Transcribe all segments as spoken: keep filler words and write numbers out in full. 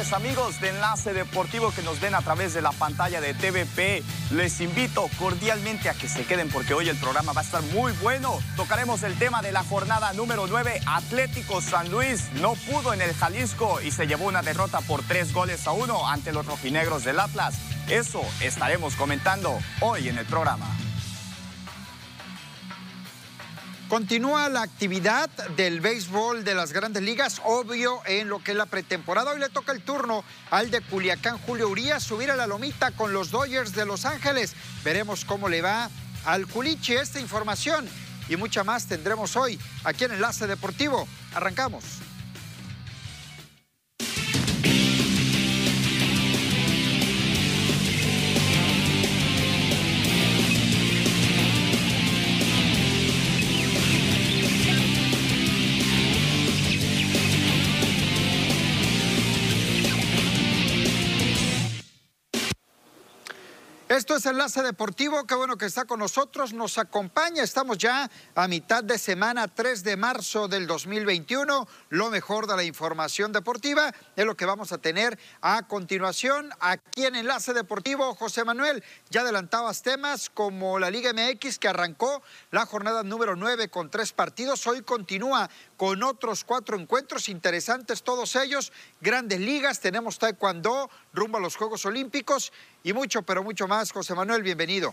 los amigos de Enlace Deportivo que nos ven a través de la pantalla de T V P, les invito cordialmente a que se queden porque hoy el programa va a estar muy bueno. Tocaremos el tema de la jornada número nueve. Atlético San Luis no pudo en el Jalisco y se llevó una derrota por tres goles a uno ante los rojinegros del Atlas. Eso estaremos comentando hoy en el programa. Continúa la actividad del béisbol de las grandes ligas, obvio, en lo que es la pretemporada. Hoy le toca el turno al de Culiacán, Julio Urías, subir a la lomita con los Dodgers de Los Ángeles. Veremos cómo le va al Culichi. Esta información y mucha más tendremos hoy aquí en Enlace Deportivo. Arrancamos. Esto es Enlace Deportivo, qué bueno que está con nosotros, nos acompaña, estamos ya a mitad de semana, tres de marzo del dos mil veintiuno, lo mejor de la información deportiva es lo que vamos a tener a continuación aquí en Enlace Deportivo. José Manuel, ya adelantabas temas como la Liga M X que arrancó la jornada número nueve con tres partidos, hoy continúa con otros cuatro encuentros interesantes, todos ellos, grandes ligas, tenemos taekwondo, rumbo a los Juegos Olímpicos y mucho, pero mucho más. José Manuel, bienvenido.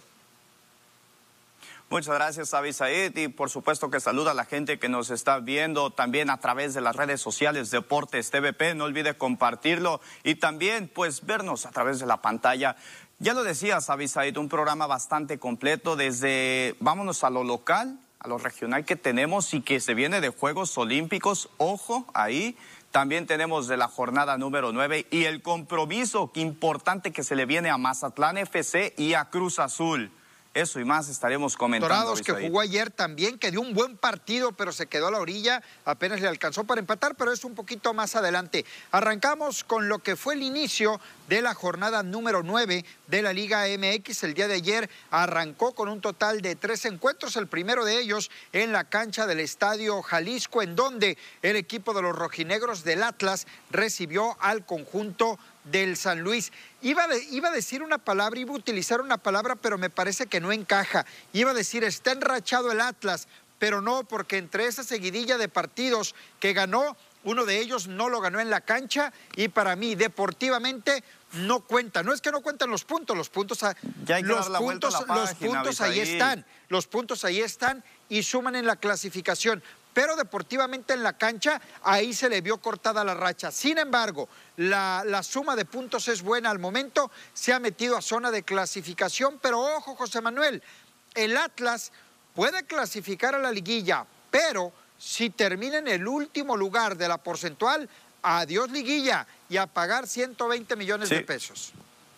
Muchas gracias, Abisaid, y por supuesto que saluda a la gente que nos está viendo también a través de las redes sociales Deportes T V P, no olvide compartirlo y también pues vernos a través de la pantalla. Ya lo decías, Abisaid, un programa bastante completo desde, vámonos a lo local, a lo regional que tenemos y que se viene de Juegos Olímpicos, ojo, ahí. También tenemos de la jornada número nueve y el compromiso importante que se le viene a Mazatlán F C y a Cruz Azul. Eso y más estaremos comentando. Dorados que jugó ayer también, que dio un buen partido, pero se quedó a la orilla, apenas le alcanzó para empatar, pero es un poquito más adelante. Arrancamos con lo que fue el inicio de la jornada número nueve de la Liga M X. El día de ayer arrancó con un total de tres encuentros, el primero de ellos en la cancha del Estadio Jalisco, en donde el equipo de los rojinegros del Atlas recibió al conjunto del San Luis. Iba, de, iba a decir una palabra, iba a utilizar una palabra, pero me parece que no encaja. Iba a decir, está enrachado el Atlas, pero no, porque entre esa seguidilla de partidos que ganó, uno de ellos no lo ganó en la cancha y para mí, deportivamente, no cuenta. No es que no cuentan los puntos, los puntos, a, ya hay que los dar la puntos, vuelta a la los página, puntos ahí están, los puntos ahí están y suman en la clasificación. Pero deportivamente en la cancha, ahí se le vio cortada la racha. Sin embargo, la, la suma de puntos es buena al momento, se ha metido a zona de clasificación, pero ojo, José Manuel, el Atlas puede clasificar a la liguilla, pero si termina en el último lugar de la porcentual, adiós liguilla y a pagar ciento veinte millones sí. de pesos.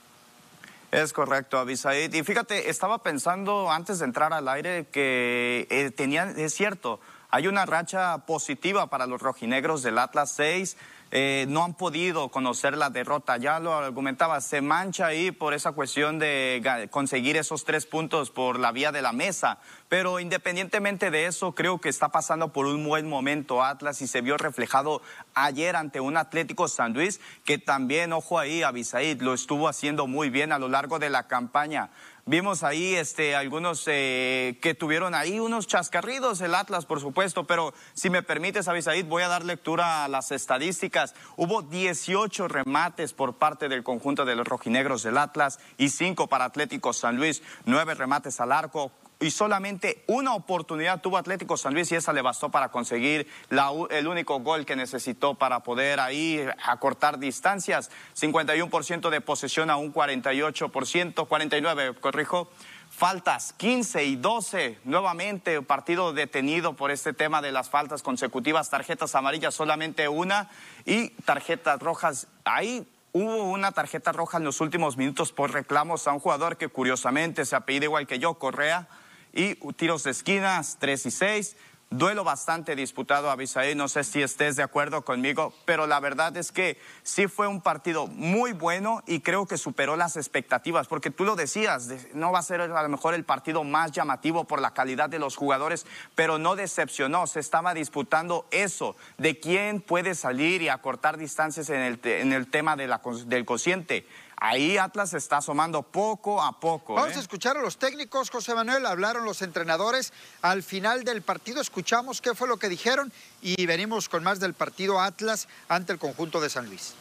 Es correcto, Abisaid. Y fíjate, estaba pensando antes de entrar al aire que eh, tenían, es cierto, hay una racha positiva para los rojinegros del Atlas seis. Eh, no han podido conocer la derrota, ya lo argumentaba, se mancha ahí por esa cuestión de conseguir esos tres puntos por la vía de la mesa, pero independientemente de eso, creo que está pasando por un buen momento Atlas y se vio reflejado ayer ante un Atlético San Luis, que también, ojo ahí, Abisaid, lo estuvo haciendo muy bien a lo largo de la campaña. Vimos ahí este, algunos eh, que tuvieron ahí unos chascarridos, el Atlas, por supuesto, pero si me permites, Abisaid, voy a dar lectura a las estadísticas. Hubo dieciocho remates por parte del conjunto de los rojinegros del Atlas y cinco para Atlético San Luis, nueve remates al arco. Y solamente una oportunidad tuvo Atlético San Luis y esa le bastó para conseguir la, el único gol que necesitó para poder ahí acortar distancias. cincuenta y uno por ciento de posesión a un cuarenta y ocho por ciento, cuarenta y nueve, corrijo. Faltas quince y doce, nuevamente partido detenido por este tema de las faltas consecutivas, tarjetas amarillas solamente una y tarjetas rojas ahí. Hubo una tarjeta roja en los últimos minutos por reclamos a un jugador que curiosamente se apellida igual que yo, Correa, y tiros de esquinas, tres y seis, Duelo bastante disputado, Abisaí, no sé si estés de acuerdo conmigo, pero la verdad es que sí fue un partido muy bueno y creo que superó las expectativas, porque tú lo decías, no va a ser a lo mejor el partido más llamativo por la calidad de los jugadores, pero no decepcionó, se estaba disputando eso, de quién puede salir y acortar distancias en el, en el tema de la, del cociente. Ahí Atlas se está asomando poco a poco. Vamos ¿eh? a escuchar a los técnicos, José Manuel, hablaron los entrenadores al final del partido, escuchamos qué fue lo que dijeron y venimos con más del partido Atlas ante el conjunto de San Luis.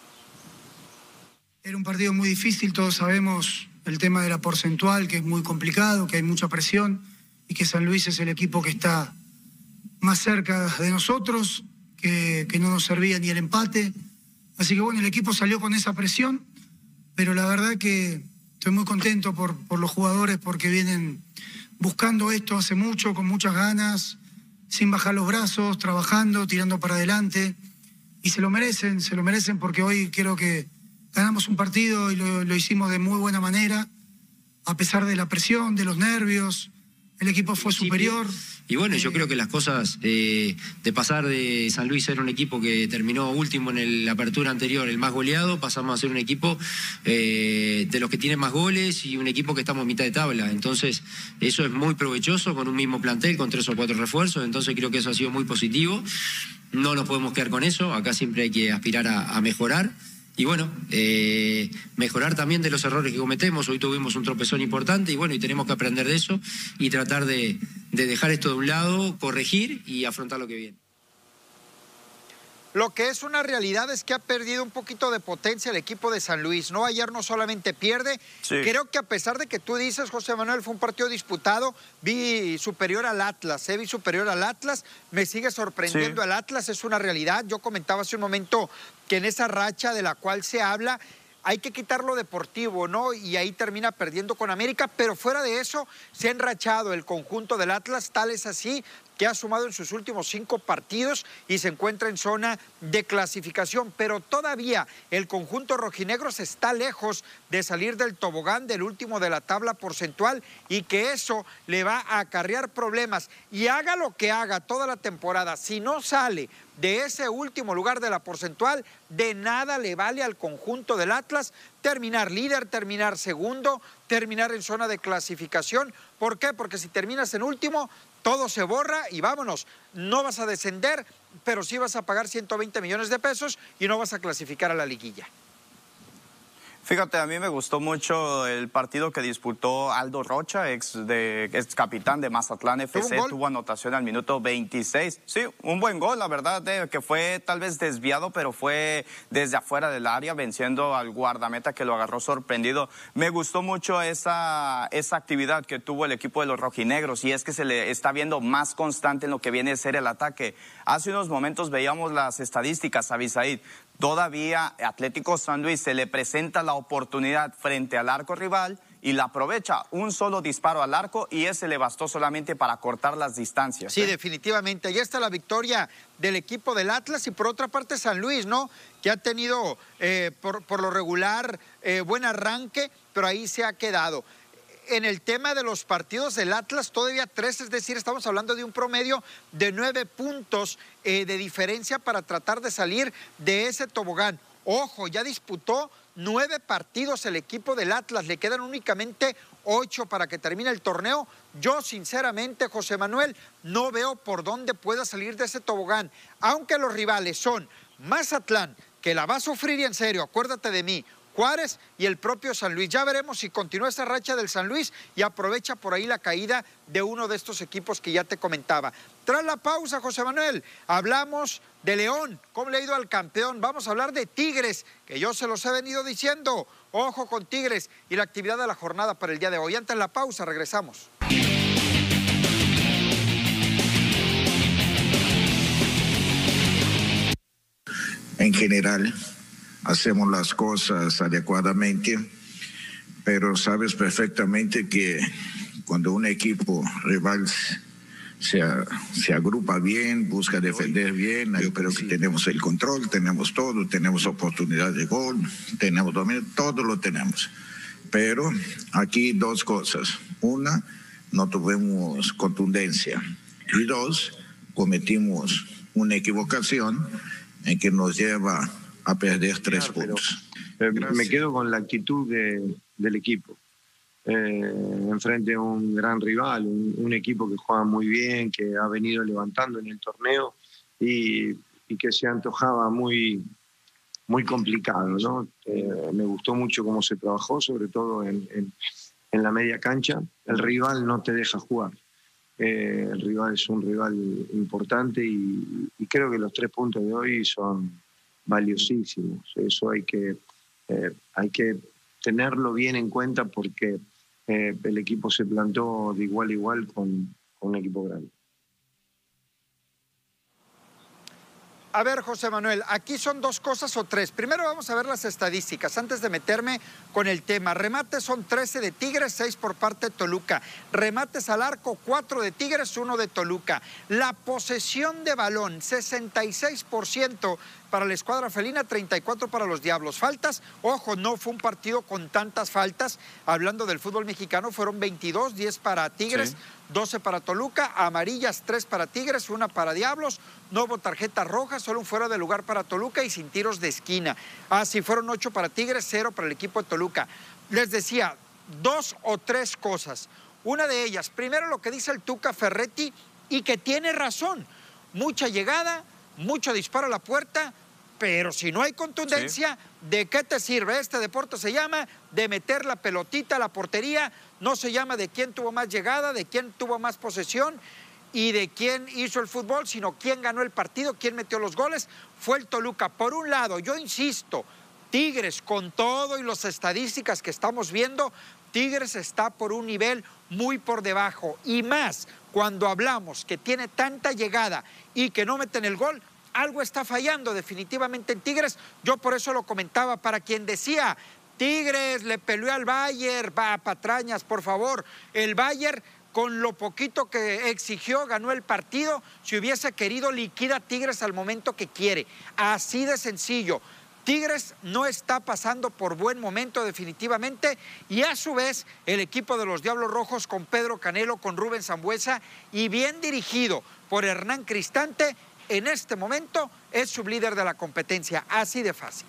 Era un partido muy difícil, todos sabemos el tema de la porcentual, que es muy complicado, que hay mucha presión y que San Luis es el equipo que está más cerca de nosotros, que, que no nos servía ni el empate. Así que bueno, el equipo salió con esa presión. Pero la verdad que estoy muy contento por, por los jugadores porque vienen buscando esto hace mucho, con muchas ganas, sin bajar los brazos, trabajando, tirando para adelante. Y se lo merecen, se lo merecen porque hoy creo que ganamos un partido y lo, lo hicimos de muy buena manera, a pesar de la presión, de los nervios. El equipo fue superior. Y bueno, yo creo que las cosas eh, de pasar de San Luis a ser un equipo que terminó último en el, la apertura anterior, el más goleado, pasamos a ser un equipo eh, de los que tienen más goles y un equipo que estamos a mitad de tabla. Entonces, eso es muy provechoso con un mismo plantel, con tres o cuatro refuerzos. Entonces, creo que eso ha sido muy positivo. No nos podemos quedar con eso. Acá siempre hay que aspirar a, a mejorar. Y bueno, eh, mejorar también de los errores que cometemos. Hoy tuvimos un tropezón importante y bueno, y tenemos que aprender de eso y tratar de, de dejar esto de un lado, corregir y afrontar lo que viene. Lo que es una realidad es que ha perdido un poquito de potencia el equipo de San Luis, ¿no? Ayer no solamente pierde, sí. Creo que a pesar de que tú dices, José Manuel, fue un partido disputado, vi superior al Atlas, ¿eh? vi superior al Atlas, me sigue sorprendiendo sí. el Atlas, es una realidad. Yo comentaba hace un momento que en esa racha de la cual se habla, hay que quitar lo deportivo, ¿no? Y ahí termina perdiendo con América, pero fuera de eso, se ha enrachado el conjunto del Atlas, tal es así que ha sumado en sus últimos cinco partidos y se encuentra en zona de clasificación, pero todavía el conjunto rojinegros está lejos de salir del tobogán del último de la tabla porcentual y que eso le va a acarrear problemas. Y haga lo que haga toda la temporada, si no sale de ese último lugar de la porcentual, de nada le vale al conjunto del Atlas terminar líder, terminar segundo, terminar en zona de clasificación. ¿Por qué? Porque si terminas en último, todo se borra y vámonos. No vas a descender, pero sí vas a pagar ciento veinte millones de pesos y no vas a clasificar a la liguilla. Fíjate, a mí me gustó mucho el partido que disputó Aldo Rocha, ex, de, ex capitán de Mazatlán F C, tuvo anotación al minuto veintiséis. Sí, un buen gol, la verdad, eh, que fue tal vez desviado, pero fue desde afuera del área, venciendo al guardameta que lo agarró sorprendido. Me gustó mucho esa, esa actividad que tuvo el equipo de los rojinegros, y es que se le está viendo más constante en lo que viene a ser el ataque. Hace unos momentos veíamos las estadísticas, Abisaid. Todavía Atlético San Luis se le presenta la oportunidad frente al arco rival y la aprovecha. Un solo disparo al arco y ese le bastó solamente para cortar las distancias. Sí, ¿eh? definitivamente. Ahí está la victoria del equipo del Atlas y por otra parte San Luis, ¿no? Que ha tenido eh, por, por lo regular eh, buen arranque, pero ahí se ha quedado. En el tema de los partidos del Atlas, todavía tres, es decir, estamos hablando de un promedio de nueve puntos eh, de diferencia para tratar de salir de ese tobogán. Ojo, ya disputó nueve partidos el equipo del Atlas, le quedan únicamente ocho para que termine el torneo. Yo, sinceramente, José Manuel, no veo por dónde pueda salir de ese tobogán, aunque los rivales son Mazatlán, que la va a sufrir y en serio, acuérdate de mí, Juárez y el propio San Luis. Ya veremos si continúa esa racha del San Luis y aprovecha por ahí la caída de uno de estos equipos que ya te comentaba. Tras la pausa, José Manuel, hablamos de León, cómo le ha ido al campeón. Vamos a hablar de Tigres, que yo se los he venido diciendo. Ojo con Tigres y la actividad de la jornada para el día de hoy. Antes de la pausa, regresamos. En general, hacemos las cosas adecuadamente, pero sabes perfectamente que cuando un equipo rival se, se agrupa bien, busca defender bien, yo creo que tenemos el control, tenemos todo, tenemos oportunidad de gol, tenemos dominio, todo lo tenemos. Pero aquí dos cosas. Una, no tuvimos contundencia. Y dos, cometimos una equivocación en que nos lleva a perder tres Claro, pero, puntos. Eh, me quedo con la actitud de, del equipo. Eh, enfrente a un gran rival, un, un equipo que juega muy bien, que ha venido levantando en el torneo y, y que se antojaba muy, muy complicado, ¿no? Eh, me gustó mucho cómo se trabajó, sobre todo en, en, en la media cancha. El rival no te deja jugar. Eh, el rival es un rival importante y, y creo que los tres puntos de hoy son valiosísimos. Eso hay que, eh, hay que tenerlo bien en cuenta porque eh, el equipo se plantó de igual a igual con, con un equipo grande. A ver, José Manuel, aquí son dos cosas o tres. Primero vamos a ver las estadísticas, antes de meterme con el tema. Remates son trece de Tigres, seis por parte de Toluca. Remates al arco, cuatro de Tigres, uno de Toluca. La posesión de balón, sesenta y seis por ciento para la escuadra felina, treinta y cuatro para los Diablos. Faltas, ojo, no fue un partido con tantas faltas. Hablando del fútbol mexicano, fueron veintidós, diez para Tigres, sí. doce para Toluca, amarillas, tres para Tigres, una para Diablos. No hubo tarjeta roja, solo un fuera de lugar para Toluca y sin tiros de esquina. Ah, sí, fueron ocho para Tigres, cero para el equipo de Toluca. Les decía, dos o tres cosas. Una de ellas, primero lo que dice el Tuca Ferretti y que tiene razón. Mucha llegada, mucho disparo a la puerta, pero si no hay contundencia, sí. ¿de qué te sirve? Este deporte se llama de meter la pelotita a la portería, no se llama de quién tuvo más llegada, de quién tuvo más posesión y de quién hizo el fútbol, sino quién ganó el partido, quién metió los goles. Fue el Toluca. Por un lado, yo insisto, Tigres, con todo y las estadísticas que estamos viendo, Tigres está por un nivel muy por debajo. Y más, cuando hablamos que tiene tanta llegada y que no meten el gol, algo está fallando definitivamente en Tigres. Yo por eso lo comentaba, para quien decía, Tigres le peleó al Bayern, va, patrañas, por favor. El Bayern, con lo poquito que exigió, ganó el partido. Si hubiese querido, liquida Tigres al momento que quiere. Así de sencillo. Tigres no está pasando por buen momento definitivamente y a su vez el equipo de los Diablos Rojos con Pedro Canelo, con Rubén Sambueza y bien dirigido por Hernán Cristante, en este momento es sublíder de la competencia, así de fácil.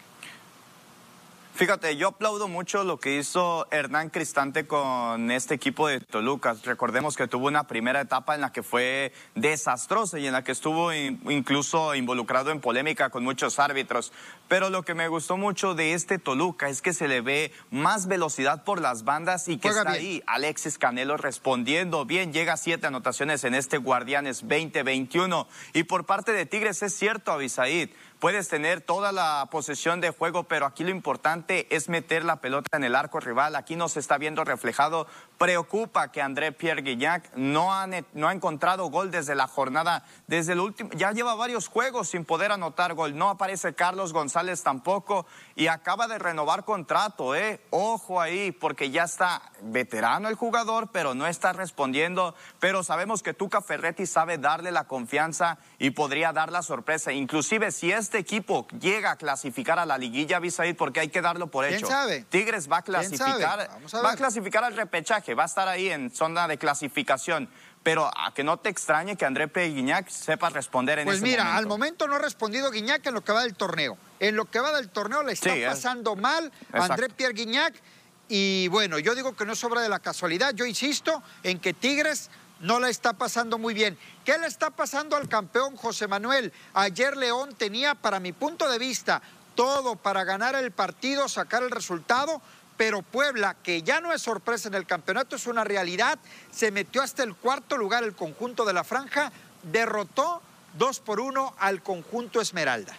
Fíjate, yo aplaudo mucho lo que hizo Hernán Cristante con este equipo de Toluca. Recordemos que tuvo una primera etapa en la que fue desastrosa y en la que estuvo in, incluso involucrado en polémica con muchos árbitros. Pero lo que me gustó mucho de este Toluca es que se le ve más velocidad por las bandas y que Juega está bien. ahí Alexis Canelo respondiendo bien. Llega a siete anotaciones en este Guardianes veinte veintiuno. Y por parte de Tigres es cierto, Abisaid, puedes tener toda la posesión de juego, pero aquí lo importante es meter la pelota en el arco rival. Aquí no se está viendo reflejado. Preocupa que André Pierre Gignac no ha, no ha encontrado gol desde la jornada, desde el último, ya lleva varios juegos sin poder anotar gol. No aparece Carlos González tampoco y acaba de renovar contrato, ¿eh? Ojo ahí, porque ya está veterano el jugador, pero no está respondiendo. Pero sabemos que Tuca Ferretti sabe darle la confianza y podría dar la sorpresa. Inclusive si este equipo llega a clasificar a la liguilla, Abisaid, porque hay que darlo por hecho. ¿Quién sabe? Tigres va a clasificar, a va a clasificar al repechaje, va a estar ahí en zona de clasificación. Pero a que no te extrañe que André Pierre Gignac sepa responder en pues ese mira, momento. al momento no ha respondido Gignac en lo que va del torneo. En lo que va del torneo le está sí, pasando es. mal a André Pierre Gignac. Y bueno, yo digo que no es obra de la casualidad. Yo insisto en que Tigres no la está pasando muy bien. ¿Qué le está pasando al campeón, José Manuel? Ayer León tenía, para mi punto de vista, todo para ganar el partido, sacar el resultado, pero Puebla, que ya no es sorpresa en el campeonato, es una realidad, se metió hasta el cuarto lugar el conjunto de la Franja, derrotó dos por uno al conjunto Esmeralda.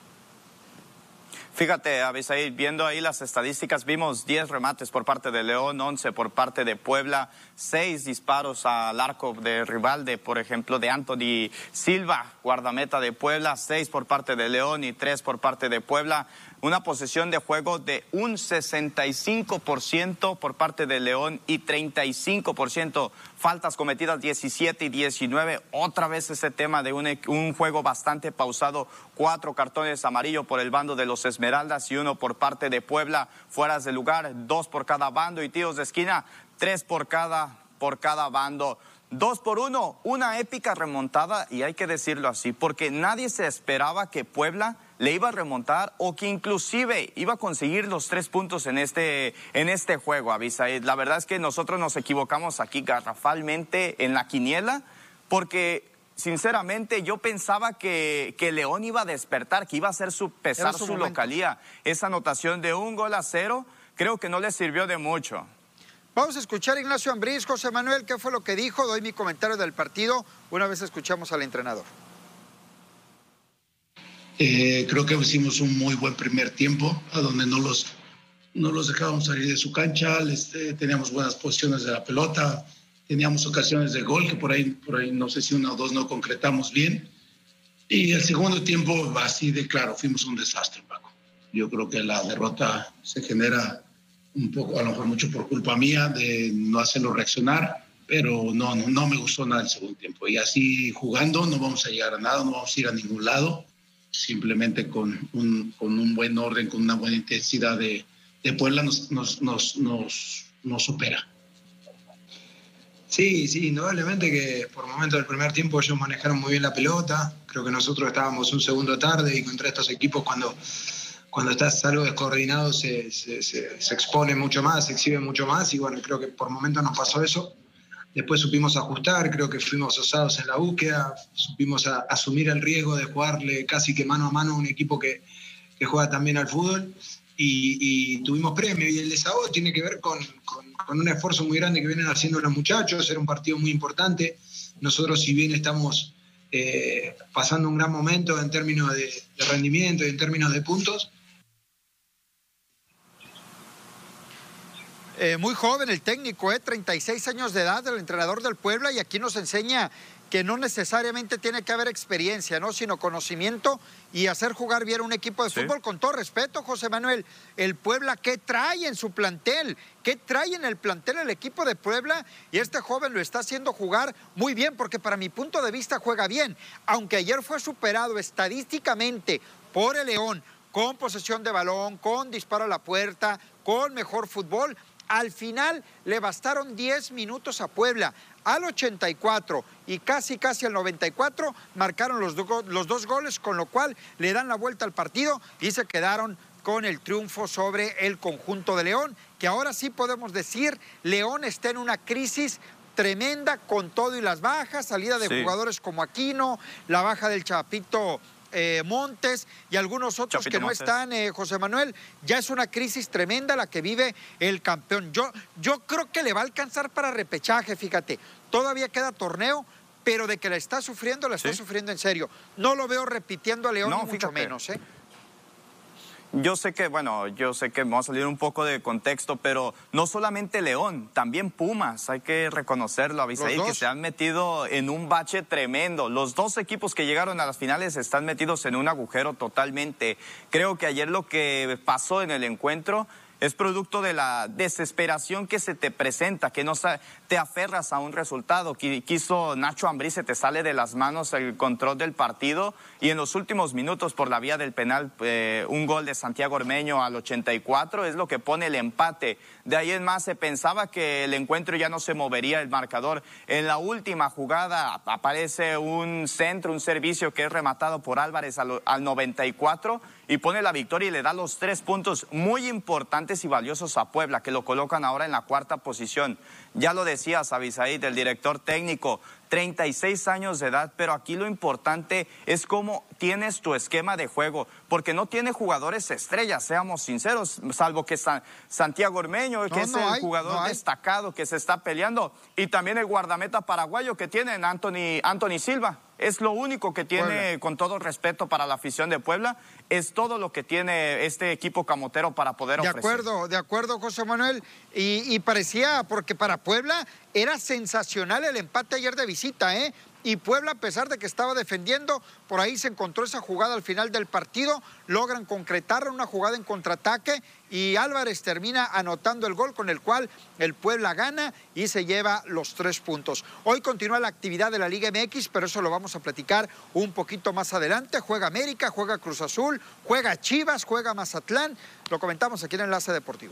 Fíjate, Abisaid, viendo ahí las estadísticas, vimos diez remates por parte de León, once por parte de Puebla, seis disparos al arco de rival, de, por ejemplo, de Anthony Silva, guardameta de Puebla, seis por parte de León y tres por parte de Puebla. Una posesión de juego de un sesenta y cinco por ciento por parte de León y treinta y cinco por ciento faltas cometidas, diecisiete y diecinueve. Otra vez ese tema de un, un juego bastante pausado. Cuatro cartones amarillos por el bando de los Esmeraldas y uno por parte de Puebla. Fueras de lugar, dos por cada bando y tiros de esquina, tres por cada, por cada bando. Dos por uno, una épica remontada, y hay que decirlo así, porque nadie se esperaba que Puebla le iba a remontar o que inclusive iba a conseguir los tres puntos en este, en este juego, Abisaíd. La verdad es que nosotros nos equivocamos aquí garrafalmente en la quiniela, porque sinceramente yo pensaba que, que León iba a despertar, que iba a hacer su pesar su, su localía. Esa anotación de un gol a cero creo que no le sirvió de mucho. Vamos a escuchar a Ignacio Ambriz. José Manuel, ¿qué fue lo que dijo? Doy mi comentario del partido una vez escuchamos al entrenador. Eh, creo que hicimos un muy buen primer tiempo, a donde no los, no los dejábamos salir de su cancha, les, eh, teníamos buenas posiciones de la pelota, teníamos ocasiones de gol, que por ahí, por ahí no sé si una o dos no concretamos bien. Y el segundo tiempo, así de claro, fuimos un desastre, Paco. Yo creo que la derrota se genera un poco, a lo mejor mucho por culpa mía, de no hacerlo reaccionar, pero no, no, no me gustó nada el segundo tiempo. Y así jugando no vamos a llegar a nada, no vamos a ir a ningún lado, simplemente con un, con un buen orden, con una buena intensidad de, de Puebla nos, nos, nos, nos, nos supera. Sí, sí, indudablemente que por momentos del primer tiempo ellos manejaron muy bien la pelota. Creo que nosotros estábamos un segundo tarde y contra estos equipos cuando... Cuando estás algo descoordinado se, se, se, se expone mucho más, se exhibe mucho más y bueno, creo que por momentos nos pasó eso. Después supimos ajustar, creo que fuimos osados en la búsqueda, supimos a, asumir el riesgo de jugarle casi que mano a mano a un equipo que, que juega también al fútbol y, y tuvimos premio. Y el desahogo tiene que ver con, con, con un esfuerzo muy grande que vienen haciendo los muchachos, era un partido muy importante. Nosotros, si bien estamos eh, pasando un gran momento en términos de, de rendimiento y en términos de puntos, Eh, muy joven el técnico, eh, treinta y seis años de edad, el entrenador del Puebla, y aquí nos enseña que no necesariamente tiene que haber experiencia, ¿no? Sino conocimiento y hacer jugar bien un equipo de sí. fútbol. Con todo respeto, José Manuel, el Puebla, ¿qué trae en su plantel? ¿Qué trae en el plantel el equipo de Puebla? Y este joven lo está haciendo jugar muy bien, porque para mi punto de vista juega bien, aunque ayer fue superado estadísticamente por el León, con posesión de balón, con disparo a la puerta, con mejor fútbol. Al final le bastaron diez minutos a Puebla. Al ochenta y cuatro y casi casi al noventa y cuatro marcaron los, do los dos goles, con lo cual le dan la vuelta al partido y se quedaron con el triunfo sobre el conjunto de León, que ahora sí podemos decir, León está en una crisis tremenda con todo y las bajas, salida de sí. jugadores como Aquino, la baja del Chapito Eh, Montes y algunos otros Chapito que no Montes. están, eh, José Manuel. Ya es una crisis tremenda la que vive el campeón. Yo, yo creo que le va a alcanzar para repechaje, fíjate. Todavía queda torneo, pero de que la está sufriendo, la está ¿Sí? sufriendo en serio. No lo veo repitiendo a León, no, ni mucho fíjate. menos, ¿eh? Yo sé que, bueno, yo sé que vamos a salir un poco de contexto, pero no solamente León, también Pumas, hay que reconocerlo, Abisaíd, que se han metido en un bache tremendo. Los dos equipos que llegaron a las finales están metidos en un agujero totalmente. Creo que ayer lo que pasó en el encuentro es producto de la desesperación que se te presenta, que no te aferras a un resultado. Quiso Nacho Ambriz, se te sale de las manos el control del partido y en los últimos minutos por la vía del penal, eh, un gol de Santiago Ormeño al ochenta y cuatro es lo que pone el empate. De ahí en más se pensaba que el encuentro ya no se movería el marcador. En la última jugada aparece un centro, un servicio que es rematado por Álvarez al, al noventa y cuatro y pone la victoria y le da los tres puntos muy importantes y valiosos a Puebla, que lo colocan ahora en la cuarta posición. Ya lo decías, Abisaíd, el director técnico, treinta y seis años de edad, pero aquí lo importante es cómo tienes tu esquema de juego, porque no tiene jugadores estrellas, seamos sinceros, salvo que San, Santiago Ormeño, que no, es no el hay, jugador no destacado que se está peleando, y también el guardameta paraguayo que tienen, Anthony, Anthony Silva. Es lo único que tiene, Puebla. Con todo respeto para la afición de Puebla, es todo lo que tiene este equipo camotero para poder de ofrecer. De acuerdo, de acuerdo, José Manuel, y, y parecía, porque para Puebla era sensacional el empate ayer de visita, ¿eh? Y Puebla, a pesar de que estaba defendiendo, por ahí se encontró esa jugada al final del partido, logran concretar una jugada en contraataque y Álvarez termina anotando el gol con el cual el Puebla gana y se lleva los tres puntos. Hoy continúa la actividad de la Liga M X, pero eso lo vamos a platicar un poquito más adelante. Juega América, juega Cruz Azul, juega Chivas, juega Mazatlán. Lo comentamos aquí en Enlace Deportivo.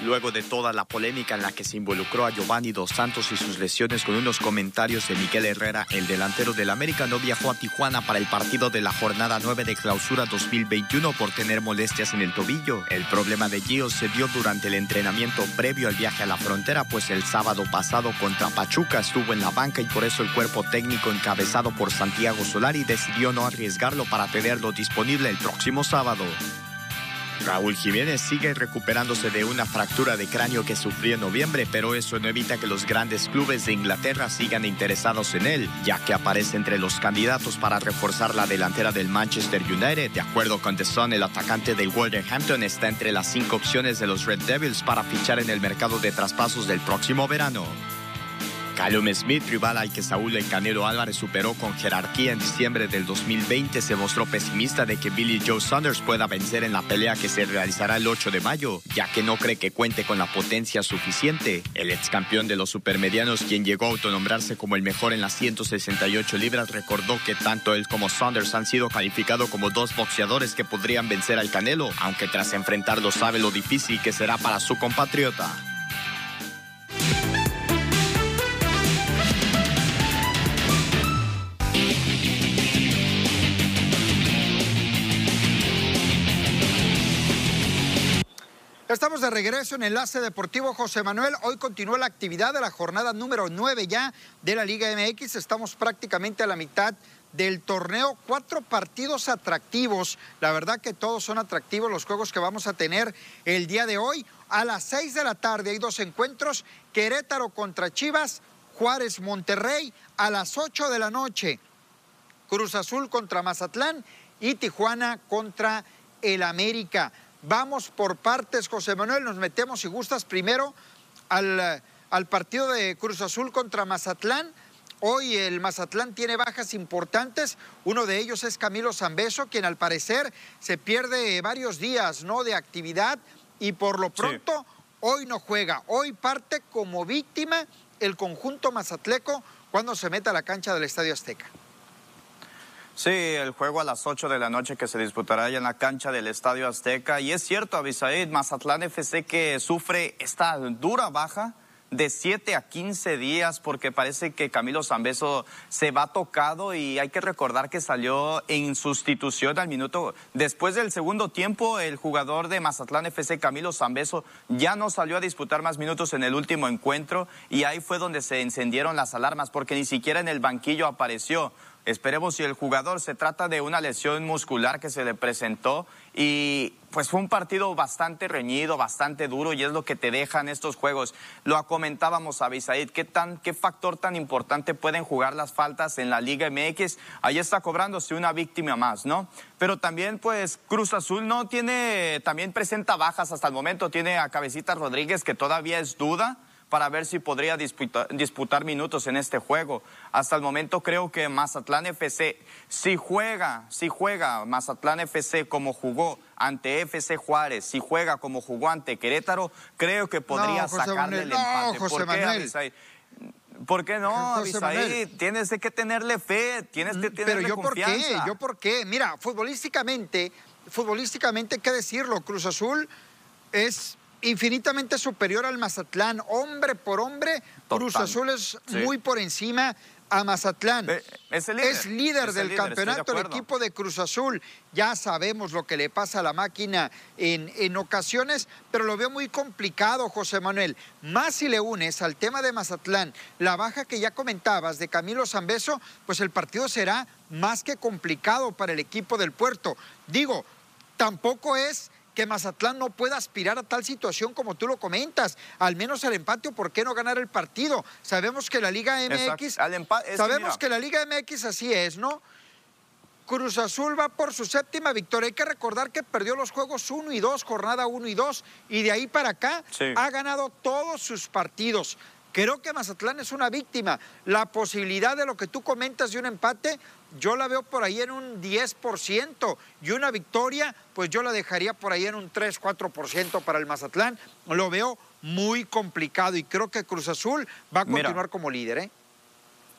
luego de toda la polémica en la que se involucró a Giovanni Dos Santos y sus lesiones con unos comentarios de Miguel Herrera, el delantero del América no viajó a Tijuana para el partido de la jornada nueve de clausura dos mil veintiuno por tener molestias en el tobillo. El problema de Gio se dio durante el entrenamiento previo al viaje a la frontera, pues el sábado pasado contra Pachuca estuvo en la banca y por eso el cuerpo técnico encabezado por Santiago Solari decidió no arriesgarlo para tenerlo disponible el próximo sábado. Raúl Jiménez sigue recuperándose de una fractura de cráneo que sufrió en noviembre, pero eso no evita que los grandes clubes de Inglaterra sigan interesados en él, ya que aparece entre los candidatos para reforzar la delantera del Manchester United. De acuerdo con The Sun, el atacante del Wolverhampton está entre las cinco opciones de los Red Devils para fichar en el mercado de traspasos del próximo verano. Callum Smith, rival al que Saúl El Canelo Álvarez superó con jerarquía en diciembre del dos mil veinte, se mostró pesimista de que Billy Joe Saunders pueda vencer en la pelea que se realizará el ocho de mayo, ya que no cree que cuente con la potencia suficiente. El ex campeón de los supermedianos, quien llegó a autonombrarse como el mejor en las ciento sesenta y ocho libras, recordó que tanto él como Saunders han sido calificados como dos boxeadores que podrían vencer al Canelo, aunque tras enfrentarlo sabe lo difícil que será para su compatriota. Estamos de regreso en Enlace Deportivo, José Manuel. Hoy continúa la actividad de la jornada número nueve ya de la Liga M X. Estamos prácticamente a la mitad del torneo. Cuatro partidos atractivos. La verdad que todos son atractivos los juegos que vamos a tener el día de hoy. A las seis de la tarde hay dos encuentros. Querétaro contra Chivas, Juárez Monterrey. A las ocho de la noche, Cruz Azul contra Mazatlán y Tijuana contra el América. Vamos por partes, José Manuel, nos metemos, si gustas, primero al, al partido de Cruz Azul contra Mazatlán. Hoy el Mazatlán tiene bajas importantes, uno de ellos es Camilo Zambeso, quien al parecer se pierde varios días, ¿no?, de actividad y por lo pronto sí. Hoy no juega. Hoy parte como víctima el conjunto mazatleco cuando se meta a la cancha del Estadio Azteca. Sí, el juego a las ocho de la noche que se disputará allá en la cancha del Estadio Azteca. Y es cierto, Abisaid, Mazatlán F C que sufre esta dura baja de siete a quince días porque parece que Camilo Zambeso se va tocado y hay que recordar que salió en sustitución al minuto. Después del segundo tiempo, el jugador de Mazatlán F C, Camilo Zambeso, ya no salió a disputar más minutos en el último encuentro y ahí fue donde se encendieron las alarmas porque ni siquiera en el banquillo apareció. Esperemos si el jugador se trata de una lesión muscular que se le presentó y pues fue un partido bastante reñido, bastante duro y es lo que te dejan estos juegos. Lo comentábamos, Abisaid, ¿qué, tan, qué factor tan importante pueden jugar las faltas en la Liga M X? Ahí está cobrándose una víctima más, ¿no? Pero también pues Cruz Azul no tiene, también presenta bajas hasta el momento, tiene a Cabecita Rodríguez que todavía es duda para ver si podría disputar, disputar minutos en este juego. Hasta el momento creo que Mazatlán F C, si juega, si juega Mazatlán F C como jugó ante F C Juárez, si juega como jugó ante Querétaro, creo que podría no, sacarle Manuel, el empate. No, José ¿Por Manuel. qué, Abisaid? ¿Por qué no, Abisaid? Tienes que tenerle fe, tienes que tenerle Pero yo confianza. ¿por qué? ¿Yo por qué? Mira, futbolísticamente, futbolísticamente, ¿qué decirlo? Cruz Azul es infinitamente superior al Mazatlán, hombre por hombre. Total. Cruz Azul es sí. muy por encima a Mazatlán. Es, el líder. es líder es del el líder, campeonato el equipo de Cruz Azul. Ya sabemos lo que le pasa a la máquina en, en ocasiones, pero lo veo muy complicado, José Manuel. Más si le unes al tema de Mazatlán la baja que ya comentabas de Camilo Zambeso, pues el partido será más que complicado para el equipo del Puerto. Digo, tampoco es que Mazatlán no pueda aspirar a tal situación como tú lo comentas, al menos al empate o por qué no ganar el partido. Sabemos que la Liga M X, sabemos que la Liga M X así es, ¿no? Cruz Azul va por su séptima victoria. Hay que recordar que perdió los juegos uno y dos, jornada uno y dos, y de ahí para acá sí. ha ganado todos sus partidos. Creo que Mazatlán es una víctima. La posibilidad de lo que tú comentas de un empate, yo la veo por ahí en un diez por ciento. Y una victoria, pues yo la dejaría por ahí en un tres, cuatro por ciento para el Mazatlán. Lo veo muy complicado y creo que Cruz Azul va a continuar Mira. como líder, ¿eh?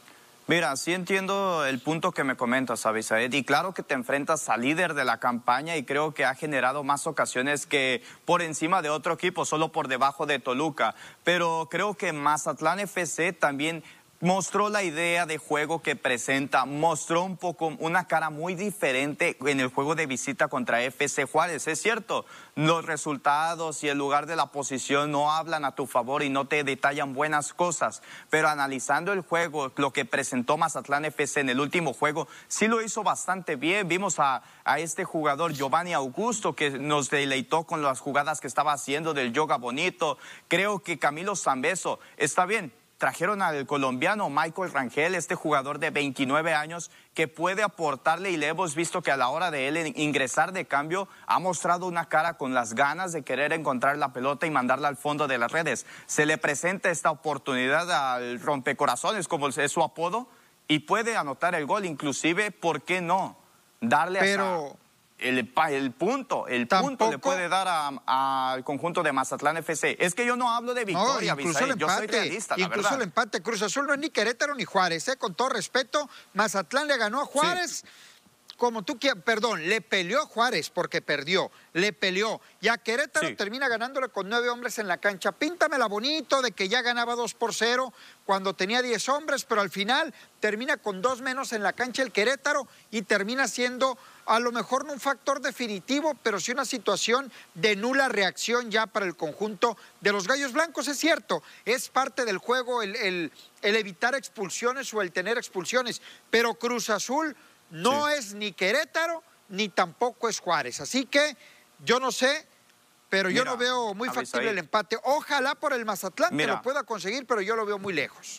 Mira, sí entiendo el punto que me comentas, Abisaid, y claro que te enfrentas al líder de la campaña y creo que ha generado más ocasiones que por encima de otro equipo, solo por debajo de Toluca, pero creo que Mazatlán F C también mostró la idea de juego que presenta, mostró un poco una cara muy diferente en el juego de visita contra F C Juárez. Es cierto, los resultados y el lugar de la posición no hablan a tu favor y no te detallan buenas cosas, pero analizando el juego, lo que presentó Mazatlán F C en el último juego, sí lo hizo bastante bien. Vimos a, a este jugador Giovanni Augusto que nos deleitó con las jugadas que estaba haciendo del yoga bonito. Creo que Camilo Zambeso está bien. Trajeron al colombiano Michael Rangel, este jugador de veintinueve años que puede aportarle, y le hemos visto que a la hora de él ingresar de cambio ha mostrado una cara con las ganas de querer encontrar la pelota y mandarla al fondo de las redes. Se le presenta esta oportunidad al rompecorazones, como es su apodo, y puede anotar el gol, inclusive, ¿por qué no? Darle Pero... a... El, el punto, el Tampoco, punto le puede dar al conjunto de Mazatlán F C. Es que yo no hablo de victoria, no, incluso el empate, yo soy realista, la incluso verdad. el empate. Cruz Azul no es ni Querétaro ni Juárez, ¿eh? Con todo respeto, Mazatlán le ganó a Juárez. Sí. Como tú quieras, perdón, le peleó a Juárez porque perdió, le peleó. Y a Querétaro sí. termina ganándole con nueve hombres en la cancha. Píntamela bonito de que ya ganaba dos por cero cuando tenía diez hombres, pero al final termina con dos menos en la cancha el Querétaro y termina siendo a lo mejor no un factor definitivo, pero sí una situación de nula reacción ya para el conjunto de los Gallos Blancos. Es cierto, es parte del juego el, el, el evitar expulsiones o el tener expulsiones, pero Cruz Azul no sí. es ni Querétaro, ni tampoco es Juárez. Así que yo no sé, pero Mira, yo no veo muy factible el empate. Ojalá por el Mazatlán Mira. que lo pueda conseguir, pero yo lo veo muy lejos.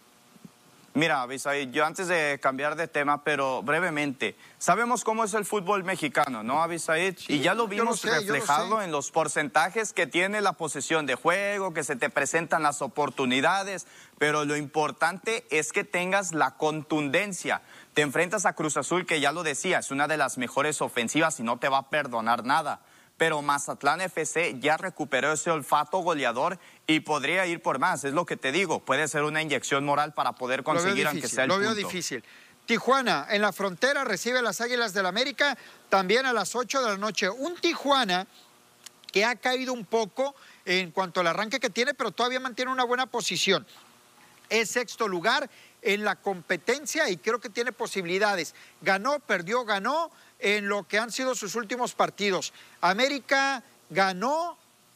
Mira, Abisaid, yo antes de cambiar de tema, pero brevemente, sabemos cómo es el fútbol mexicano, ¿no, Abisaid? Sí, y ya lo vimos lo sé, reflejado lo en los porcentajes que tiene la posesión de juego, que se te presentan las oportunidades, pero lo importante es que tengas la contundencia. Te enfrentas a Cruz Azul, que ya lo decía, es una de las mejores ofensivas y no te va a perdonar nada. Pero Mazatlán F C ya recuperó ese olfato goleador y podría ir por más, es lo que te digo, puede ser una inyección moral para poder conseguir aunque sea el Lo punto. veo difícil. Tijuana, en la frontera, recibe a las Águilas del América, también a las ocho de la noche. Un Tijuana que ha caído un poco en cuanto al arranque que tiene, pero todavía mantiene una buena posición. Es sexto lugar en la competencia y creo que tiene posibilidades. Ganó, perdió, ganó en lo que han sido sus últimos partidos. América ganó,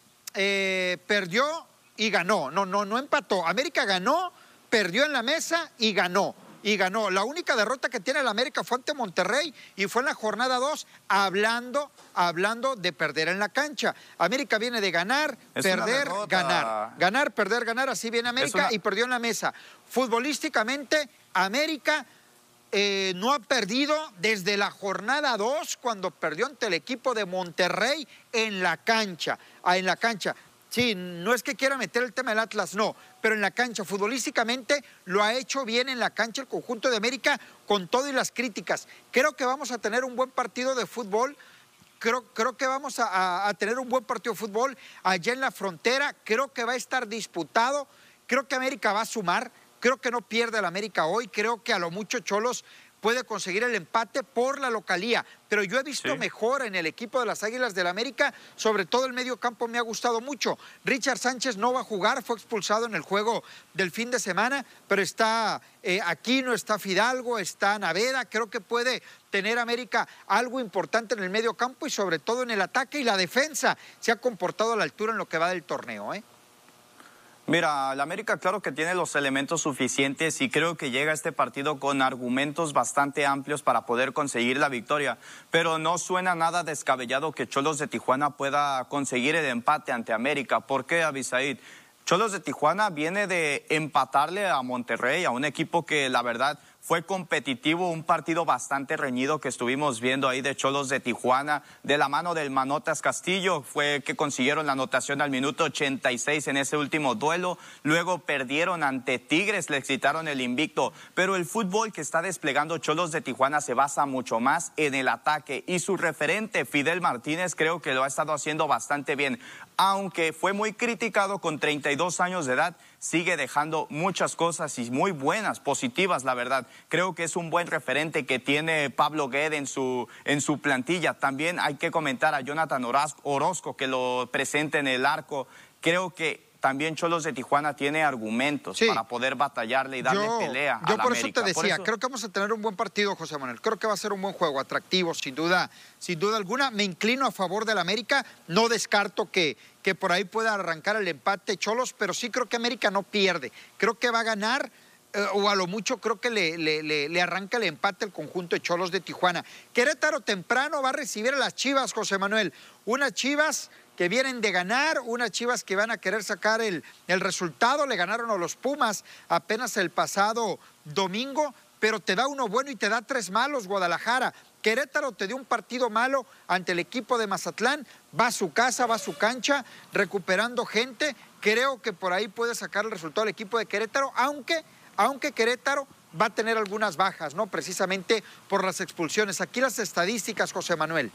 eh, perdió y ganó. No, no, no empató. América ganó, perdió en la mesa y ganó. Y ganó. La única derrota que tiene el América fue ante Monterrey y fue en la jornada dos, hablando, hablando de perder en la cancha. América viene de ganar, es perder, ganar. Ganar, perder, ganar, así viene América una... y perdió en la mesa. Futbolísticamente, América eh, no ha perdido desde la jornada dos, cuando perdió ante el equipo de Monterrey en la cancha. Ah, en la cancha. Sí, no es que quiera meter el tema del Atlas, no, pero en la cancha, futbolísticamente, lo ha hecho bien en la cancha el conjunto de América, con todo y las críticas. Creo que vamos a tener un buen partido de fútbol, creo, creo que vamos a, a, a tener un buen partido de fútbol allá en la frontera, creo que va a estar disputado, creo que América va a sumar, creo que no pierde el América hoy, creo que a lo mucho Xolos puede conseguir el empate por la localía, pero yo he visto sí. mejor en el equipo de las Águilas del América, sobre todo el medio campo me ha gustado mucho. Richard Sánchez no va a jugar, fue expulsado en el juego del fin de semana, pero está eh, Aquino, está Fidalgo, está Naveda, creo que puede tener América algo importante en el medio campo y sobre todo en el ataque, y la defensa se ha comportado a la altura en lo que va del torneo, ¿eh? Mira, la América claro que tiene los elementos suficientes y creo que llega a este partido con argumentos bastante amplios para poder conseguir la victoria, pero no suena nada descabellado que Xolos de Tijuana pueda conseguir el empate ante América. ¿Por qué, Abisaid? Xolos de Tijuana viene de empatarle a Monterrey, a un equipo que la verdad fue competitivo, un partido bastante reñido que estuvimos viendo ahí de Xolos de Tijuana, de la mano del Manotas Castillo, fue que consiguieron la anotación al minuto ochenta y seis en ese último duelo, luego perdieron ante Tigres, les quitaron el invicto, pero el fútbol que está desplegando Xolos de Tijuana se basa mucho más en el ataque y su referente Fidel Martínez creo que lo ha estado haciendo bastante bien. aunque fue muy criticado con treinta y dos años de edad, sigue dejando muchas cosas y muy buenas, positivas, la verdad. Creo que es un buen referente que tiene Pablo Guede en su, en su plantilla. También hay que comentar a Jonathan Orozco, que lo presenta en el arco. Creo que también Xolos de Tijuana tiene argumentos sí. para poder batallarle y darle yo, pelea yo a la por América. Eso te decía, eso... creo que vamos a tener un buen partido, José Manuel. Creo que va a ser un buen juego, atractivo, sin duda, sin duda alguna. Me inclino a favor del América. No descarto que, que por ahí pueda arrancar el empate Xolos, pero sí creo que América no pierde. Creo que va a ganar, eh, o a lo mucho creo que le, le, le, le arranca el empate el conjunto de Xolos de Tijuana. Querétaro temprano va a recibir a las Chivas, José Manuel. Unas Chivas que vienen de ganar, unas Chivas que van a querer sacar el, el resultado. Le ganaron a los Pumas apenas el pasado domingo, pero te da uno bueno y te da tres malos Guadalajara. Querétaro te dio un partido malo ante el equipo de Mazatlán, va a su casa, va a su cancha, recuperando gente. Creo que por ahí puede sacar el resultado el equipo de Querétaro, aunque, aunque Querétaro va a tener algunas bajas, ¿no? Precisamente por las expulsiones. Aquí las estadísticas, José Manuel.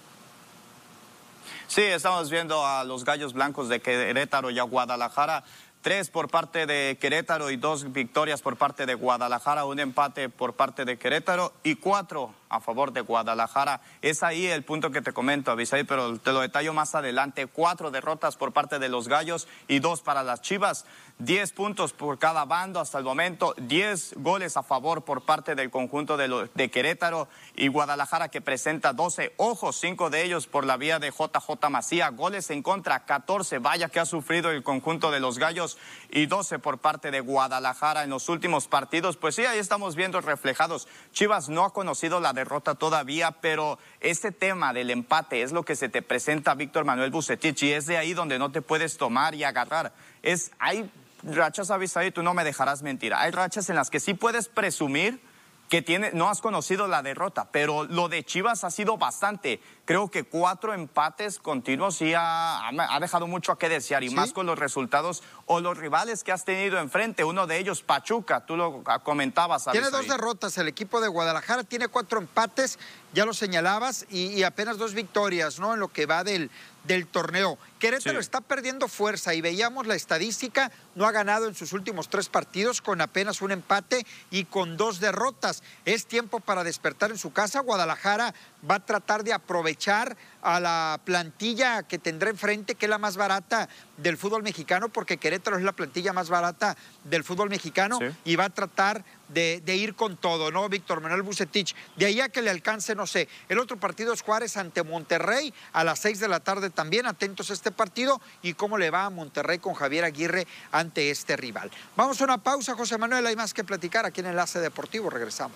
Sí, estamos viendo a los Gallos Blancos de Querétaro y a Guadalajara. Tres por parte de Querétaro y dos victorias por parte de Guadalajara, un empate por parte de Querétaro y cuatro a favor de Guadalajara. Es ahí el punto que te comento, Abisaí, pero te lo detallo más adelante. Cuatro derrotas por parte de los Gallos y dos para las Chivas. Diez puntos por cada bando hasta el momento. Diez goles a favor por parte del conjunto de, lo, de Querétaro y Guadalajara, que presenta doce. Ojos, cinco de ellos por la vía de J J Macía. Goles en contra, catorce. Vaya que ha sufrido el conjunto de los Gallos y doce por parte de Guadalajara en los últimos partidos. Pues sí, ahí estamos viendo reflejados. Chivas no ha conocido la derrota todavía, pero este tema del empate es lo que se te presenta, Víctor Manuel Vucetich, y es de ahí donde no te puedes tomar y agarrar. Es, hay rachas, Abisaí, tú no me dejarás mentir, hay rachas en las que sí puedes presumir que tiene, no has conocido la derrota, pero lo de Chivas ha sido bastante. Creo que cuatro empates continuos sí ha, ha dejado mucho a qué desear, y ¿sí? más con los resultados o los rivales que has tenido enfrente. Uno de ellos, Pachuca, tú lo comentabas. Tiene dos derrotas el equipo de Guadalajara, tiene cuatro empates, ya lo señalabas, y, y apenas dos victorias, ¿no? En lo que va del, del torneo. Querétaro sí. está perdiendo fuerza y veíamos la estadística, no ha ganado en sus últimos tres partidos con apenas un empate y con dos derrotas. Es tiempo para despertar en su casa. Guadalajara va a tratar de aprovechar a la plantilla que tendrá enfrente, que es la más barata del fútbol mexicano, porque Querétaro es la plantilla más barata del fútbol mexicano, sí. y va a tratar de, de ir con todo, ¿no? Víctor Manuel Vucetich. De ahí a que le alcance, no sé. El otro partido es Juárez ante Monterrey a las seis de la tarde también. Atentos a este partido y cómo le va a Monterrey con Javier Aguirre ante este rival. Vamos a una pausa, José Manuel. Hay más que platicar aquí en Enlace Deportivo. Regresamos.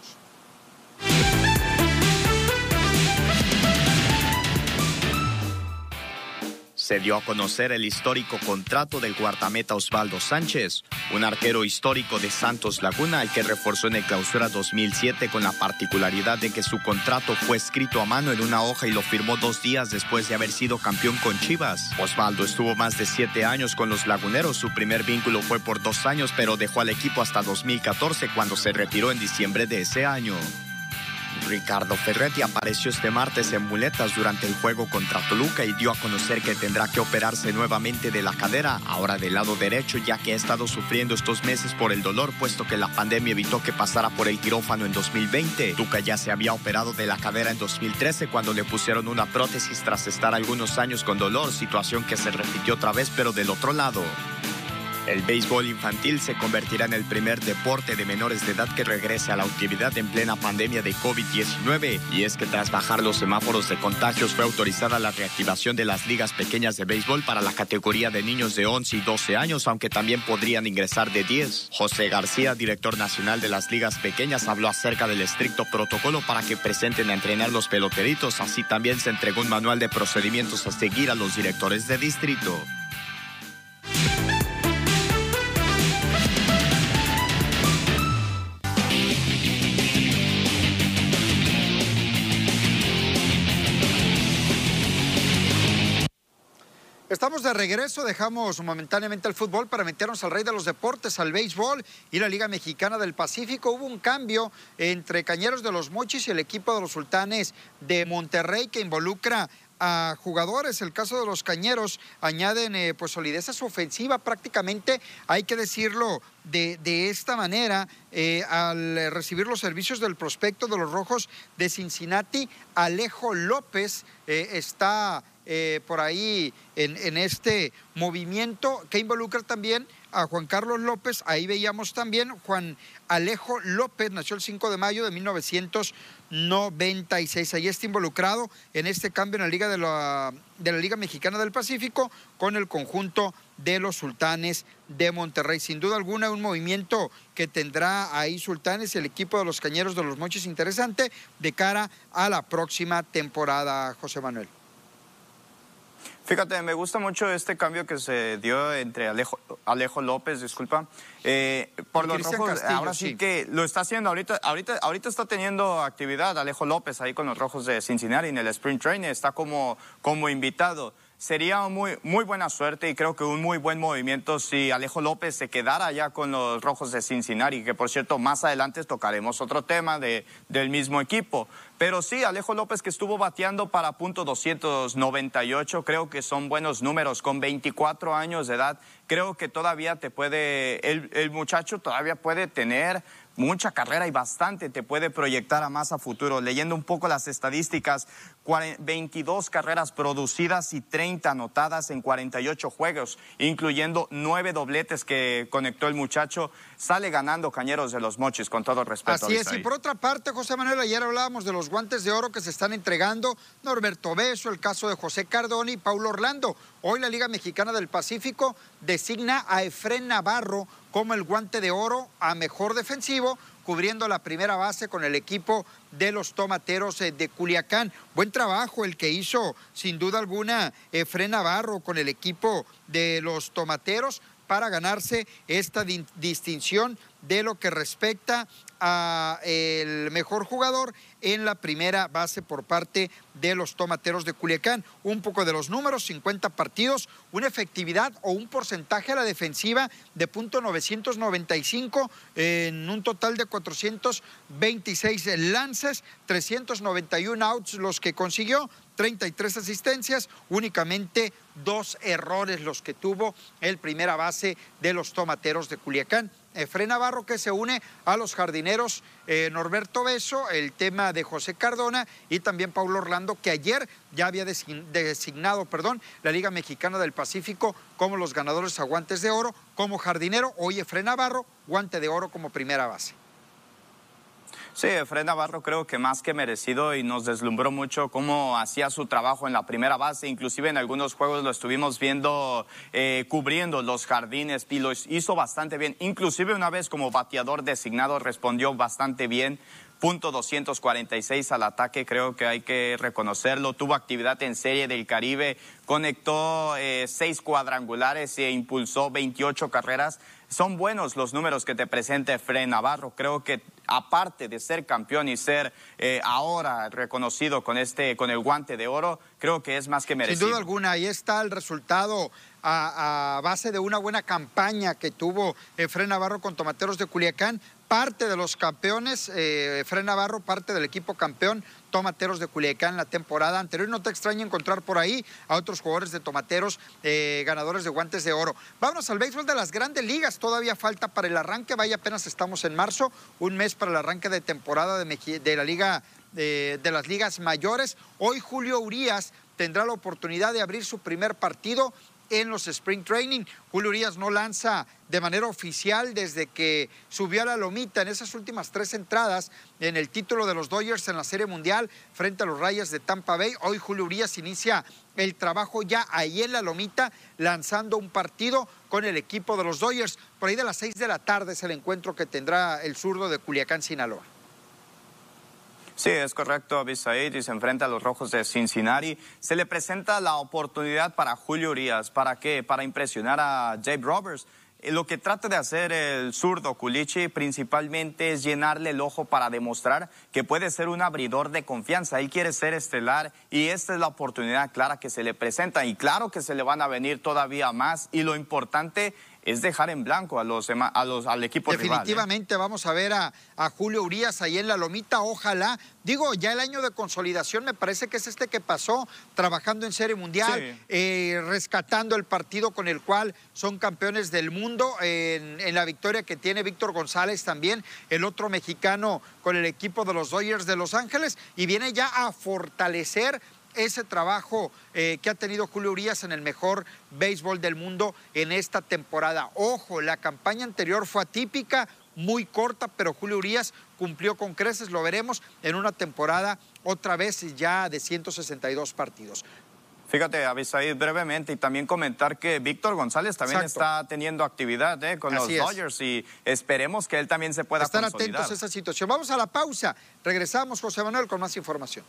Se dio a conocer el histórico contrato del guardameta Osvaldo Sánchez, un arquero histórico de Santos Laguna, el que reforzó en el Clausura dos mil siete con la particularidad de que su contrato fue escrito a mano en una hoja y lo firmó dos días después de haber sido campeón con Chivas. Osvaldo estuvo más de siete años con los laguneros. Su primer vínculo fue por dos años, pero dejó al equipo hasta dos mil catorce, cuando se retiró en diciembre de ese año. Ricardo Ferretti apareció este martes en muletas durante el juego contra Toluca y dio a conocer que tendrá que operarse nuevamente de la cadera, ahora del lado derecho, ya que ha estado sufriendo estos meses por el dolor, puesto que la pandemia evitó que pasara por el quirófano en dos mil veinte. Tuca ya se había operado de la cadera en dos mil trece, cuando le pusieron una prótesis tras estar algunos años con dolor, situación que se repitió otra vez, pero del otro lado. El béisbol infantil se convertirá en el primer deporte de menores de edad que regrese a la actividad en plena pandemia de COVID diecinueve. Y es que tras bajar los semáforos de contagios fue autorizada la reactivación de las ligas pequeñas de béisbol para la categoría de niños de once y doce años, aunque también podrían ingresar de diez. José García, director nacional de las ligas pequeñas, habló acerca del estricto protocolo para que presenten a entrenar los peloteritos. Así también se entregó un manual de procedimientos a seguir a los directores de distrito. Estamos de regreso, dejamos momentáneamente el fútbol para meternos al rey de los deportes, al béisbol y la Liga Mexicana del Pacífico. Hubo un cambio entre Cañeros de los Mochis y el equipo de los Sultanes de Monterrey que involucra a jugadores. El caso de los Cañeros añaden eh, pues solidez a su ofensiva, prácticamente hay que decirlo de, de esta manera, eh, al recibir los servicios del prospecto de los Rojos de Cincinnati, Alejo López eh, está eh, por ahí en, en este movimiento que involucra también a Juan Carlos López. Ahí veíamos también Juan Alejo López, nació el cinco de mayo de mil novecientos noventa y seis. Ahí está involucrado en este cambio en la Liga de la, de la Liga Mexicana del Pacífico con el conjunto de los Sultanes de Monterrey. Sin duda alguna, un movimiento que tendrá ahí Sultanes y el equipo de los Cañeros de los Mochis interesante de cara a la próxima temporada, José Manuel. Fíjate, me gusta mucho este cambio que se dio entre Alejo, Alejo López, disculpa, eh, por los Rojos. Castillo, ahora sí, sí que lo está haciendo ahorita, ahorita, ahorita está teniendo actividad Alejo López ahí con los Rojos de Cincinnati en el Spring Training, está como, como invitado. Sería muy, muy buena suerte y creo que un muy buen movimiento si Alejo López se quedara ya con los Rojos de Cincinnati, que por cierto más adelante tocaremos otro tema de, del mismo equipo. Pero sí, Alejo López, que estuvo bateando para punto doscientos noventa y ocho, creo que son buenos números, con veinticuatro años de edad, creo que todavía te puede, el, el muchacho todavía puede tener mucha carrera y bastante te puede proyectar a más a futuro. Leyendo un poco las estadísticas, veintidós carreras producidas y treinta anotadas en cuarenta y ocho juegos, incluyendo nueve dobletes que conectó el muchacho. Sale ganando Cañeros de los Mochis, con todo respeto. Así es, y por otra parte, José Manuel, ayer hablábamos de los guantes de oro que se están entregando, Norberto Beso, el caso de José Cardona y Paulo Orlando. Hoy la Liga Mexicana del Pacífico designa a Efrén Navarro como el guante de oro a mejor defensivo, cubriendo la primera base con el equipo de los Tomateros de Culiacán. Buen trabajo el que hizo, sin duda alguna, Efrén Navarro con el equipo de los Tomateros para ganarse esta di- distinción de lo que respecta a el mejor jugador en la primera base por parte de los Tomateros de Culiacán. Un poco de los números: cincuenta partidos, una efectividad o un porcentaje a la defensiva de punto novecientos noventa y cinco en un total de cuatrocientos veintiséis lances, trescientos noventa y uno outs los que consiguió, treinta y tres asistencias, únicamente dos errores los que tuvo el primera base de los Tomateros de Culiacán. Efrén Navarro, que se une a los jardineros eh, Norberto Beso, el tema de José Cardona y también Paulo Orlando, que ayer ya había designado perdón, la Liga Mexicana del Pacífico como los ganadores a guantes de oro como jardinero. Hoy Efrén Navarro, guante de oro como primera base. Sí, Efrén Navarro creo que más que merecido, y nos deslumbró mucho cómo hacía su trabajo en la primera base. Inclusive en algunos juegos lo estuvimos viendo eh, cubriendo los jardines y lo hizo bastante bien. Inclusive una vez como bateador designado respondió bastante bien. Punto doscientos cuarenta y seis al ataque, creo que hay que reconocerlo. Tuvo actividad en Serie del Caribe, conectó eh, seis cuadrangulares e impulsó veintiocho carreras. Son buenos los números que te presenta Efrén Navarro. Creo que aparte de ser campeón y ser eh, ahora reconocido con este con el guante de oro, creo que es más que merecido. Sin duda alguna, ahí está el resultado a, a base de una buena campaña que tuvo Efrén Navarro con Tomateros de Culiacán. Parte de los campeones, eh, Efrén Navarro, parte del equipo campeón Tomateros de Culiacán la temporada anterior. No te extraña encontrar por ahí a otros jugadores de Tomateros, eh, ganadores de guantes de oro. Vámonos al béisbol de las grandes ligas. Todavía falta para el arranque. Vaya, apenas estamos en marzo, un mes para el arranque de temporada de, Meji de la Liga de, de las ligas mayores. Hoy Julio Urías tendrá la oportunidad de abrir su primer partido en los Spring Training. Julio Urías no lanza de manera oficial desde que subió a la lomita en esas últimas tres entradas en el título de los Dodgers en la Serie Mundial frente a los Rayas de Tampa Bay. Hoy Julio Urías inicia el trabajo ya ahí en la lomita, lanzando un partido con el equipo de los Dodgers. Por ahí de las seis de la tarde es el encuentro que tendrá el zurdo de Culiacán, Sinaloa. Sí, es correcto, Abisaid, y se enfrenta a los Rojos de Cincinnati. Se le presenta la oportunidad para Julio Urías. ¿Para qué? Para impresionar a Dave Roberts. Lo que trata de hacer el zurdo Culichi principalmente es llenarle el ojo para demostrar que puede ser un abridor de confianza. Él quiere ser estelar y esta es la oportunidad clara que se le presenta. Y claro que se le van a venir todavía más, y lo importante es dejar en blanco a los, a los, al equipo rival. Definitivamente ¿eh? vamos a ver a, a Julio Urías ahí en la lomita, ojalá. Digo, ya el año de consolidación me parece que es este que pasó, trabajando en Serie Mundial, sí. eh, rescatando el partido con el cual son campeones del mundo, en, en la victoria que tiene Víctor González también, el otro mexicano con el equipo de los Dodgers de Los Ángeles, y viene ya a fortalecer ese trabajo eh, que ha tenido Julio Urías en el mejor béisbol del mundo en esta temporada. Ojo, la campaña anterior fue atípica, muy corta, pero Julio Urías cumplió con creces, lo veremos en una temporada otra vez ya de ciento sesenta y dos partidos. Fíjate, Abisaíd, brevemente, y también comentar que Víctor González también Exacto. está teniendo actividad eh, con Así los Dodgers es. y esperemos que él también se pueda Estar consolidar. atentos a esa situación. Vamos a la pausa, regresamos, José Manuel, con más información.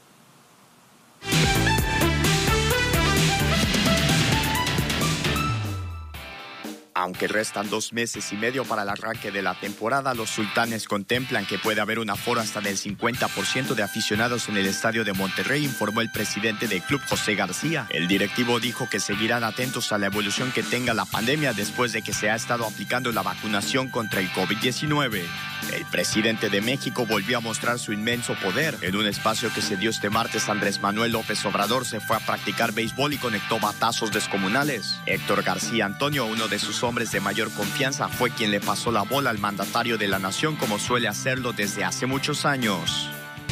Aunque restan dos meses y medio para el arranque de la temporada, los sultanes contemplan que puede haber un aforo hasta del cincuenta por ciento de aficionados en el estadio de Monterrey, informó el presidente del club, José García. El directivo dijo que seguirán atentos a la evolución que tenga la pandemia después de que se ha estado aplicando la vacunación contra el COVID diecinueve. El presidente de México volvió a mostrar su inmenso poder. En un espacio que se dio este martes, Andrés Manuel López Obrador se fue a practicar béisbol y conectó batazos descomunales. Héctor García Antonio, uno de sus hombres de mayor confianza, fue quien le pasó la bola al mandatario de la nación, como suele hacerlo desde hace muchos años.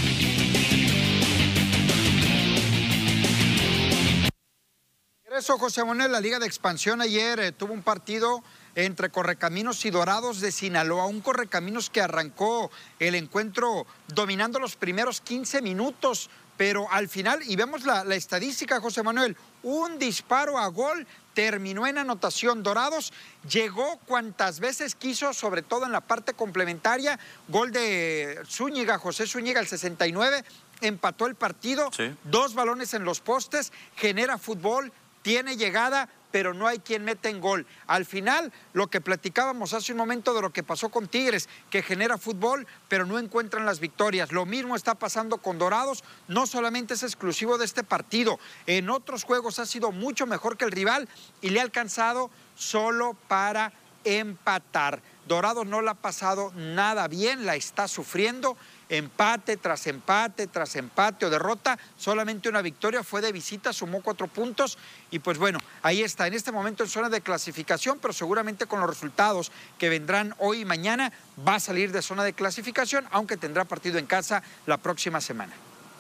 Eso, José Manuel, la Liga de Expansión ayer eh, tuvo un partido entre Correcaminos y Dorados de Sinaloa, un Correcaminos que arrancó el encuentro dominando los primeros quince minutos, pero al final, y vemos la, la estadística, José Manuel, un disparo a gol, terminó en anotación. Dorados llegó cuantas veces quiso, sobre todo en la parte complementaria, gol de Zúñiga, José Zúñiga, al sesenta y nueve, empató el partido, sí. Dos balones en los postes, genera fútbol, tiene llegada, pero no hay quien meta en gol. Al final, lo que platicábamos hace un momento de lo que pasó con Tigres, que genera fútbol, pero no encuentran las victorias. Lo mismo está pasando con Dorados, no solamente es exclusivo de este partido. En otros juegos ha sido mucho mejor que el rival y le ha alcanzado solo para empatar. Dorados no la ha pasado nada bien, la está sufriendo. Empate tras empate, tras empate o derrota, solamente una victoria, fue de visita, sumó cuatro puntos y pues bueno, ahí está, en este momento en zona de clasificación, pero seguramente con los resultados que vendrán hoy y mañana va a salir de zona de clasificación, aunque tendrá partido en casa la próxima semana.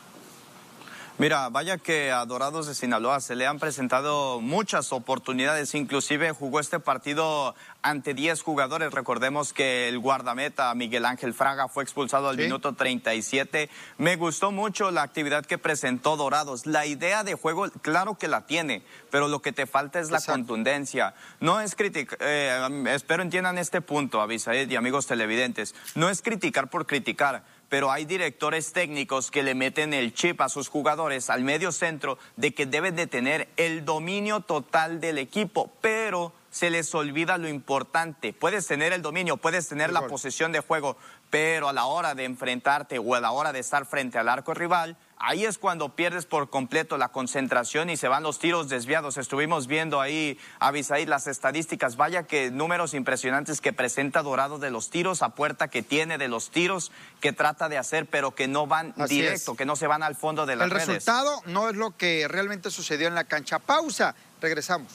Mira, vaya que a Dorados de Sinaloa se le han presentado muchas oportunidades, inclusive jugó este partido ante diez jugadores. Recordemos que el guardameta Miguel Ángel Fraga fue expulsado al ¿Sí? minuto treinta y siete. Me gustó mucho la actividad que presentó Dorados. La idea de juego, claro que la tiene, pero lo que te falta es la Exacto. contundencia. No es criticar, eh, espero entiendan este punto, Abisaíd y amigos televidentes, no es criticar por criticar, pero hay directores técnicos que le meten el chip a sus jugadores al medio centro de que deben de tener el dominio total del equipo, pero se les olvida lo importante. Puedes tener el dominio, puedes tener la posesión de juego, pero a la hora de enfrentarte o a la hora de estar frente al arco rival, ahí es cuando pierdes por completo la concentración y se van los tiros desviados. Estuvimos viendo ahí, Abisaíd, las estadísticas. Vaya que números impresionantes que presenta Dorado de los tiros a puerta que tiene, de los tiros que trata de hacer, pero que no van Así directo, es. que no se van al fondo de las redes. El resultado no es lo que realmente sucedió en la cancha. Pausa, regresamos.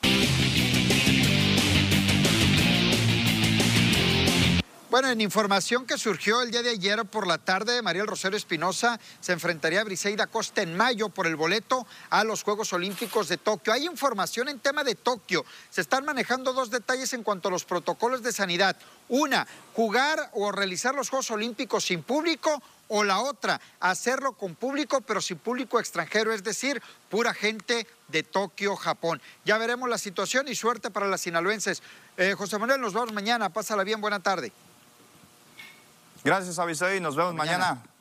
Bueno, en información que surgió el día de ayer por la tarde, Mariel Rosario Espinosa se enfrentaría a Briseida Costa en mayo por el boleto a los Juegos Olímpicos de Tokio. Hay información en tema de Tokio. Se están manejando dos detalles en cuanto a los protocolos de sanidad. Una, jugar o realizar los Juegos Olímpicos sin público, o la otra, hacerlo con público pero sin público extranjero, es decir, pura gente de Tokio, Japón. Ya veremos la situación y suerte para las sinaloenses. Eh, José Manuel, nos vemos mañana. Pásala bien, buena tarde. Gracias, Abisaíd, nos vemos mañana. mañana.